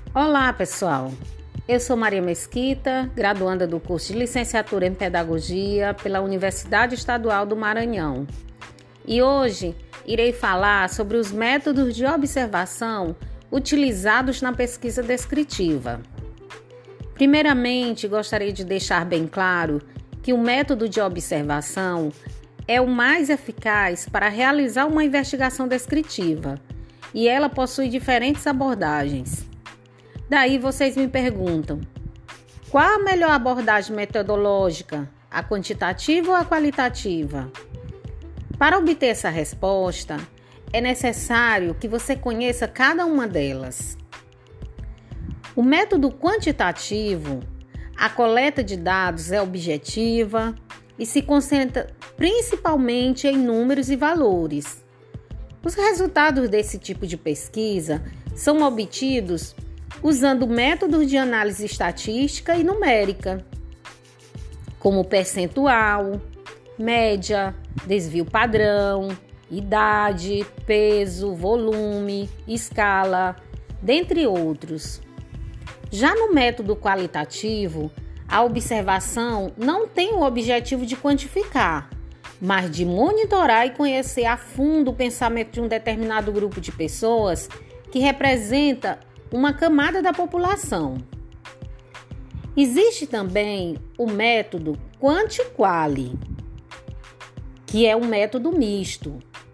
Olá, pessoal. Eu sou Maria Mesquita, graduanda do curso de Licenciatura em Pedagogia pela Universidade Estadual do Maranhão. E hoje irei falar sobre os métodos de observação utilizados na pesquisa descritiva. Primeiramente, gostaria de deixar bem claro que o método de observação é o mais eficaz para realizar uma investigação descritiva e ela possui diferentes abordagens. Daí vocês me perguntam, qual a melhor abordagem metodológica, a quantitativa ou a qualitativa? Para obter essa resposta, é necessário que você conheça cada uma delas. O método quantitativo, a coleta de dados é objetiva e se concentra principalmente em números e valores. Os resultados desse tipo de pesquisa são obtidos usando métodos de análise estatística e numérica, como percentual, média, desvio padrão, idade, peso, volume, escala, dentre outros. Já no método qualitativo, a observação não tem o objetivo de quantificar, mas de monitorar e conhecer a fundo o pensamento de um determinado grupo de pessoas que representa uma camada da população. Existe também o método Quanti-Quali, que é um método misto.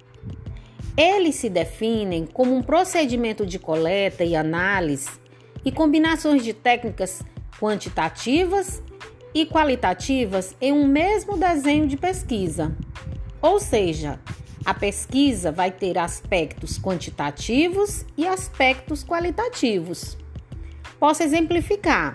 Eles se definem como um procedimento de coleta e análise e combinações de técnicas quantitativas e qualitativas em um mesmo desenho de pesquisa. Ou seja, a pesquisa vai ter aspectos quantitativos e aspectos qualitativos. Posso exemplificar.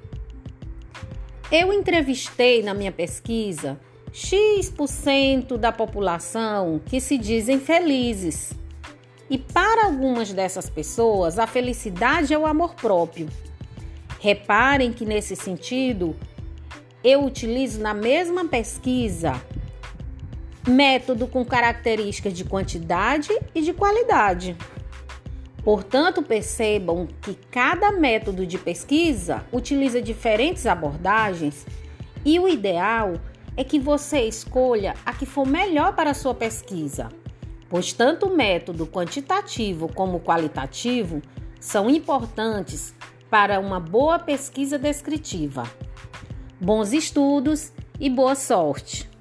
Eu entrevistei na minha pesquisa X% da população que se dizem felizes. E para algumas dessas pessoas, a felicidade é o amor próprio. Reparem que nesse sentido, eu utilizo na mesma pesquisa método com características de quantidade e de qualidade. Portanto, percebam que cada método de pesquisa utiliza diferentes abordagens e o ideal é que você escolha a que for melhor para a sua pesquisa, pois tanto o método quantitativo como o qualitativo são importantes para uma boa pesquisa descritiva. Bons estudos e boa sorte!